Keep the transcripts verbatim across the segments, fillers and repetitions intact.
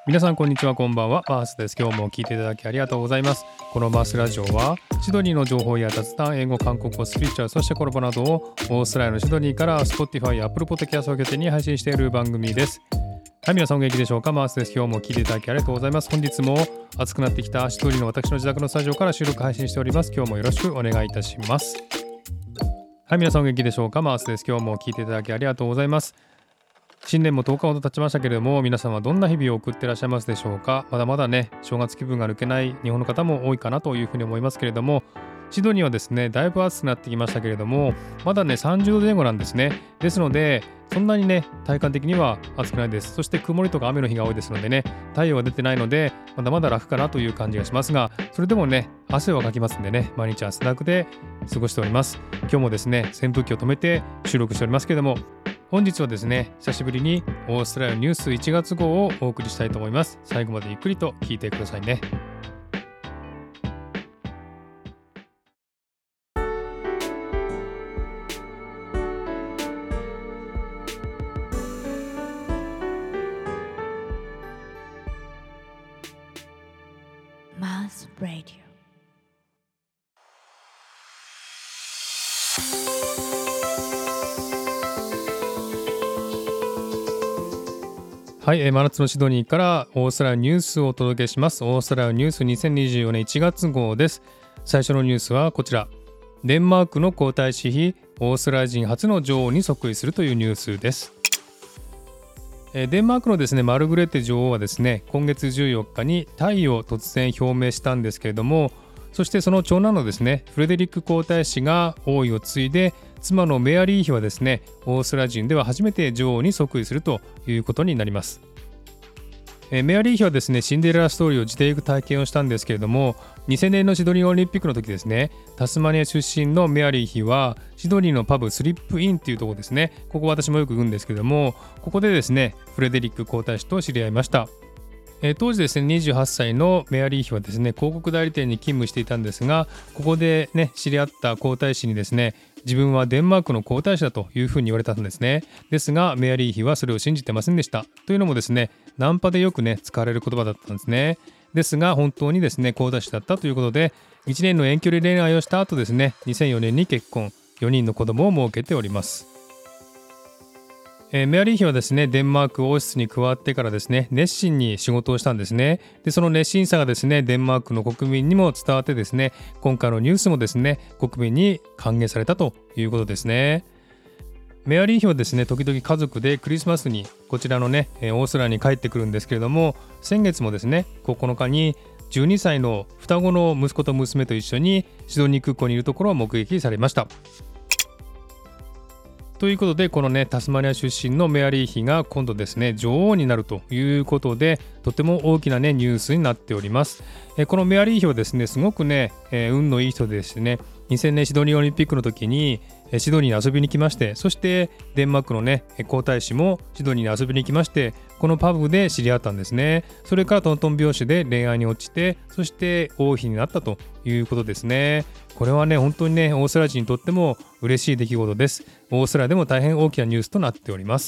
皆さんこんにちは、こんばんは。マースです。今日も聞いていただきありがとうございます。このマースラジオはシドニーの情報や雑談、英語、韓国語、スピリチュアル、そしてコラボなどをオーストラリアのシドニーから Spotify や Apple Podcast を拠点に配信している番組です。はい、皆さんお元気でしょうか。マースです。今日も聞いていただきありがとうございます。本日も暑くなってきたシドニーの私の自宅のスタジオから収録配信しております。今日もよろしくお願いいたします。はい、皆さんお元気でしょうか。マースです。今日も聞いていただきありがとうございます。新年もとおかほど経ちましたけれども、皆さんはどんな日々を送っていらっしゃいますでしょうか。まだまだね、正月気分が抜けない日本の方も多いかなというふうに思いますけれども、シドニーはですね、だいぶ暑くなってきましたけれども、まだね、さんじゅうどぜん後なんですね。ですので、そんなにね、体感的には暑くないです。そして曇りとか雨の日が多いですのでね、太陽が出てないので、まだまだ楽かなという感じがしますが、それでもね、汗はかきますんでね、毎日汗だくで過ごしております。今日もですね、扇風機を止めて収録しておりますけれども、本日はですね、久しぶりにオーストラリアニュースいちがつ号をお送りしたいと思います。最後までゆっくりと聞いてくださいね。 Mars Radio。 はい、えー、真夏のシドニーからオーストラリアニュースをお届けします。オーストラリアニュースにせんにじゅうよねんいちがつ号です。最初のニュースはこちら。デンマークの皇太子妃、オーストラリア人初の女王に即位するというニュースです。えー、デンマークのですね、マルグレーテ女王はですね、今月じゅうよっかに退位を突然表明したんですけれども、そしてその長男のですね、フレデリック皇太子が王位を継いで、妻のメアリー妃はですね、オーストラリア人では初めて女王に即位するということになります。えー、メアリー妃はですね、シンデレラストーリーを着ていく体験をしたんですけれども、にせんねんのシドニーオリンピックの時ですね、タスマニア出身のメアリー妃はシドニーのパブスリップインっていうところですね、ここ私もよく行くんですけれども、ここでですね、フレデリック皇太子と知り合いました。えー、当時ですね、にじゅうはっさいのメアリー妃はですね、広告代理店に勤務していたんですが、ここでね、知り合った皇太子にですね、自分はデンマークの皇太子だというふうに言われたんですね。ですが、メアリー妃はそれを信じてませんでした。というのもですね、ナンパでよくね、使われる言葉だったんですね。ですが、本当にですね、皇太子だったということで、いちねんの遠距離恋愛をした後ですね、にせんよねんに結婚、よにんの子供を設けております。えー、メアリー妃はですね、デンマーク王室に加わってからですね、熱心に仕事をしたんですね。で、その熱心さがですね、デンマークの国民にも伝わってですね、今回のニュースもですね、国民に歓迎されたということですね。メアリー妃はですね、時々家族でクリスマスにこちらのね、オーストラリアに帰ってくるんですけれども、先月もですね、ここのかにじゅうにさいの双子の息子と娘と一緒にシドニー空港にいるところを目撃されました。ということで、このね、タスマニア出身のメアリー妃が今度ですね、女王になるということで、とても大きなね、ニュースになっております。えこのメアリー妃はですね、すごくね、えー、運のいい人でしてね、にせんねんシドニーオリンピックの時にシドニーに遊びに来まして、そしてデンマークのね、皇太子もシドニーに遊びに来まして、このパブで知り合ったんですね。それからトントン拍子で恋愛に落ちて、そして王妃になったということですね。これはね、本当にね、オーストラリア人にとっても嬉しい出来事です。オーストラリアでも大変大きなニュースとなっております。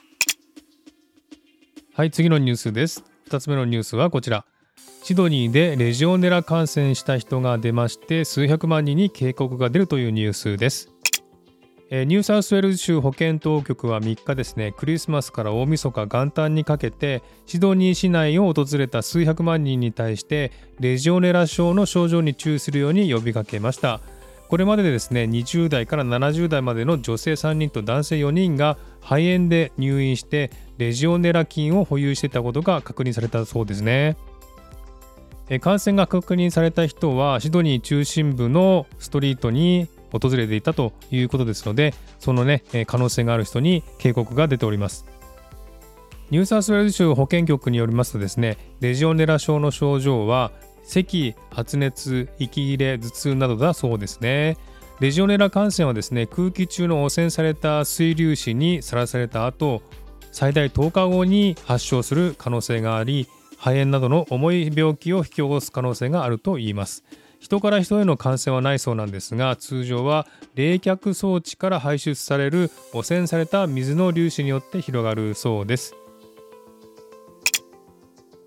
はい、次のニュースです。ふたつめのニュースはこちら。シドニーでレジオネラ感染した人が出まして、数百万人に警告が出るというニュースです。ニューサウスウェールズ州保健当局はみっかですね、クリスマスから大晦日元旦にかけてシドニー市内を訪れた数百万人に対してレジオネラ症の症状に注意するように呼びかけました。これまででですね、にじゅうだいからななじゅうだいまでの女性さんにんと男性よにんが肺炎で入院してレジオネラ菌を保有していたことが確認されたそうですね。感染が確認された人はシドニー中心部のストリートに訪れていたということですので、そのね、可能性がある人に警告が出ております。ニューサウスウェールズ州保健局によりますとですね、レジオネラ症の症状は咳、発熱、息切れ、頭痛などだそうですね。レジオネラ感染はですね、空気中の汚染された水粒子にさらされた後、最大とおかごに発症する可能性があり、肺炎などの重い病気を引き起こす可能性があるといいます。人から人への感染はないそうなんですが、通常は冷却装置から排出される汚染された水の粒子によって広がるそうです。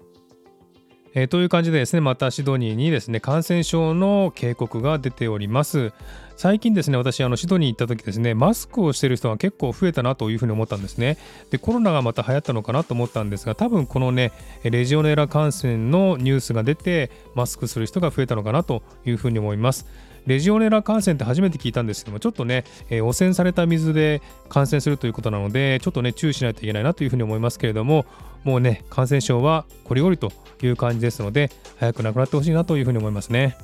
えー、という感じでですね、またシドニーにですね、感染症の警告が出ております。最近ですね、私、あのシドニー行った時ですね、マスクをしている人が結構増えたなというふうに思ったんですね。で、コロナがまた流行ったのかなと思ったんですが、多分このね、レジオネラ感染のニュースが出て、マスクする人が増えたのかなというふうに思います。レジオネラ感染って初めて聞いたんですけども、ちょっとね、えー、汚染された水で感染するということなので、ちょっとね、注意しないといけないなというふうに思いますけれども、もうね、感染症はこりごりという感じですので、早くなくなってほしいなというふうに思いますね。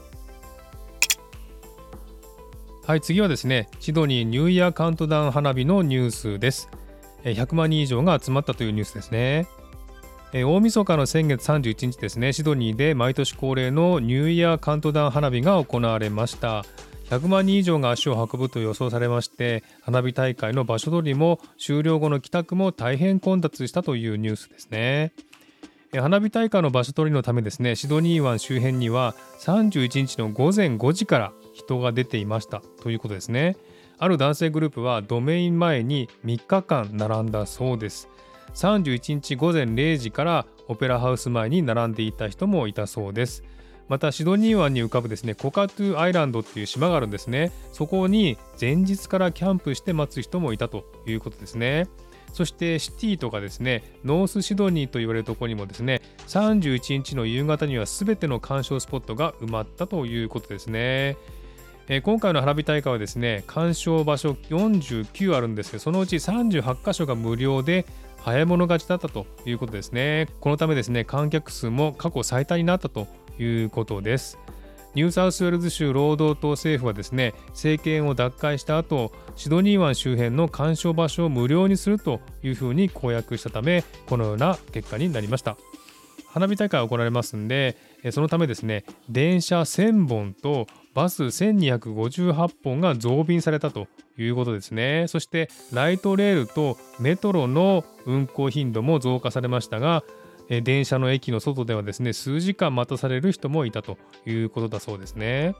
はい、次はですね、シドニーニューイヤーカウントダウン花火のニュースです。ひゃくまんにん以上が集まったというニュースですね。大晦日の先月さんじゅういちにちですね、シドニーで毎年恒例のニューイヤーカウントダウン花火が行われました。ひゃくまんにん以上が足を運ぶと予想されまして、花火大会の場所取りも終了後の帰宅も大変混雑したというニュースですね。花火大会の場所取りのためですね、シドニー湾周辺にはさんじゅういちにちのごぜんごじから人が出ていましたということですね。ある男性グループはドメイン前にみっかかん並んだそうです。さんじゅういちにちごぜんれいじからオペラハウス前に並んでいた人もいたそうです。またシドニー湾に浮かぶですね、コカトゥアイランドっていう島があるんですね。そこに前日からキャンプして待つ人もいたということですね。そしてシティとかですね、ノースシドニーと言われるところにもですね、さんじゅういちにちの夕方には全ての鑑賞スポットが埋まったということですね。えー、今回の花火大会はですね、鑑賞場所よんじゅうきゅうあるんですけど、そのうちさんじゅうはちかしょが無料で早い者勝ちだったということですね。このためですね、観客数も過去最多になったということです。ニューサウスウェールズ州労働党政府はですね、政権を奪回した後、シドニー湾周辺の鑑賞場所を無料にするというふうに公約したため、このような結果になりました。花火大会が行われますんで、そのためですね、電車せんぼんとバスせんにひゃくごじゅうはっぽんが増便されたということですね。そしてライトレールとメトロの運行頻度も増加されましたが、電車の駅の外ではですね、数時間待たされる人もいたということだそうですね。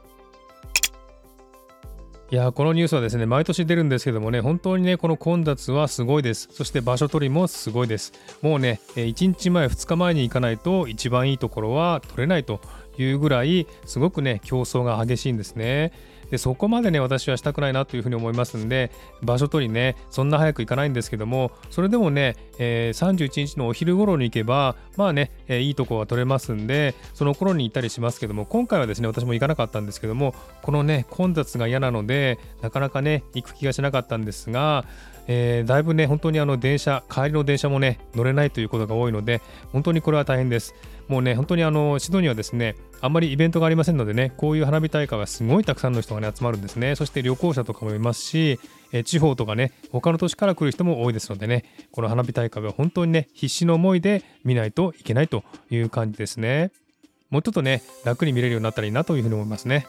いや、このニュースはですね、毎年出るんですけどもね、本当にね、この混雑はすごいです。そして場所取りもすごいです。もうね、いちにちまえふつかまえに行かないと一番いいところは取れないというぐらい、すごくね、競争が激しいんですね。で、そこまでね、私はしたくないなというふうに思いますんで、場所取りね、そんな早く行かないんですけども、それでもね、えー、さんじゅういちにちのお昼頃に行けば、まあね、えー、いいとこは取れますんで、その頃に行ったりしますけども、今回はですね、私も行かなかったんですけども、このね、混雑が嫌なので、なかなかね、行く気がしなかったんですが、えー、だいぶね、本当にあの電車、帰りの電車もね、乗れないということが多いので、本当にこれは大変です。もうね、本当にあのシドニーはですね、あんまりイベントがありませんのでね、こういう花火大会はすごいたくさんの人が、ね、集まるんですね。そして旅行者とかもいますし、え地方とかね、他の都市から来る人も多いですのでね、この花火大会は本当にね、必死の思いで見ないといけないという感じですね。もうちょっとね、楽に見れるようになったらいいなというふうに思いますね。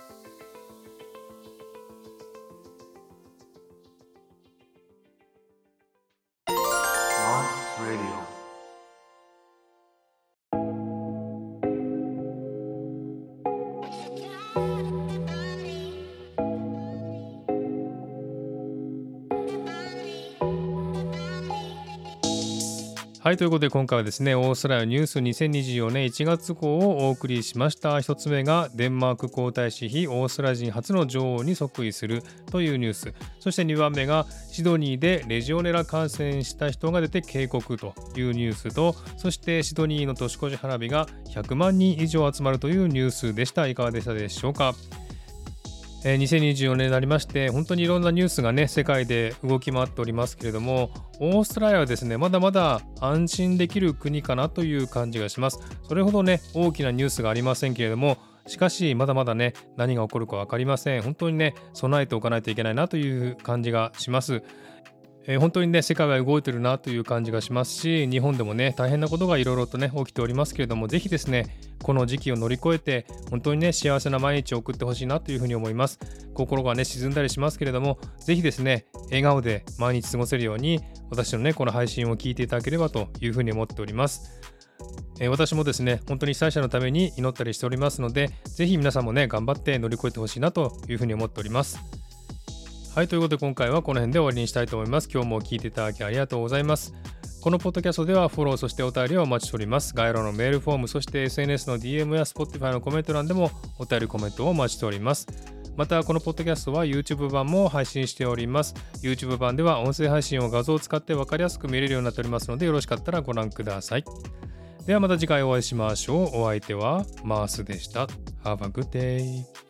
はい、ということで今回はですね、オーストラリアニュースにせんにじゅうよねんいちがつ号をお送りしました。一つ目がデンマーク皇太子妃オーストラリア人初の女王に即位するというニュース。そしてにばんめがシドニーでレジオネラ感染した人が出て警告というニュースと、そしてシドニーの年越し花火がひゃくまんにん以上集まるというニュースでした。いかがでしたでしょうか。えー、にせんにじゅうよねんになりまして、本当にいろんなニュースがね、世界で動き回っておりますけれども、オーストラリアはですね、まだまだ安心できる国かなという感じがします。それほどね、大きなニュースがありませんけれども、しかしまだまだね、何が起こるか分かりません。本当にね、備えておかないといけないなという感じがします。えー、本当にね、世界は動いてるなという感じがしますし、日本でもね、大変なことがいろいろとね、起きておりますけれども、ぜひですね、この時期を乗り越えて、本当にね、幸せな毎日を送ってほしいなというふうに思います。心がね、沈んだりしますけれども、ぜひですね、笑顔で毎日過ごせるように、私のね、この配信を聞いていただければというふうに思っております。えー、私もですね、本当に被災者のために祈ったりしておりますので、ぜひ皆さんもね、頑張って乗り越えてほしいなというふうに思っております。はい、ということで今回はこの辺で終わりにしたいと思います。今日も聞いていただきありがとうございます。 このポッドキャストではフォロー、そしてお便りをお待ちしております。概要欄のメールフォーム、そして エスエヌエス の ディーエム や Spotify のコメント欄でもお便りコメントをお待ちしております。また、このポッドキャストは YouTube 版も配信しております。YouTube 版では音声配信を画像を使って分かりやすく見れるようになっておりますので、よろしかったらご覧ください。ではまた次回お会いしましょう。お相手はマースでした。Have a good day.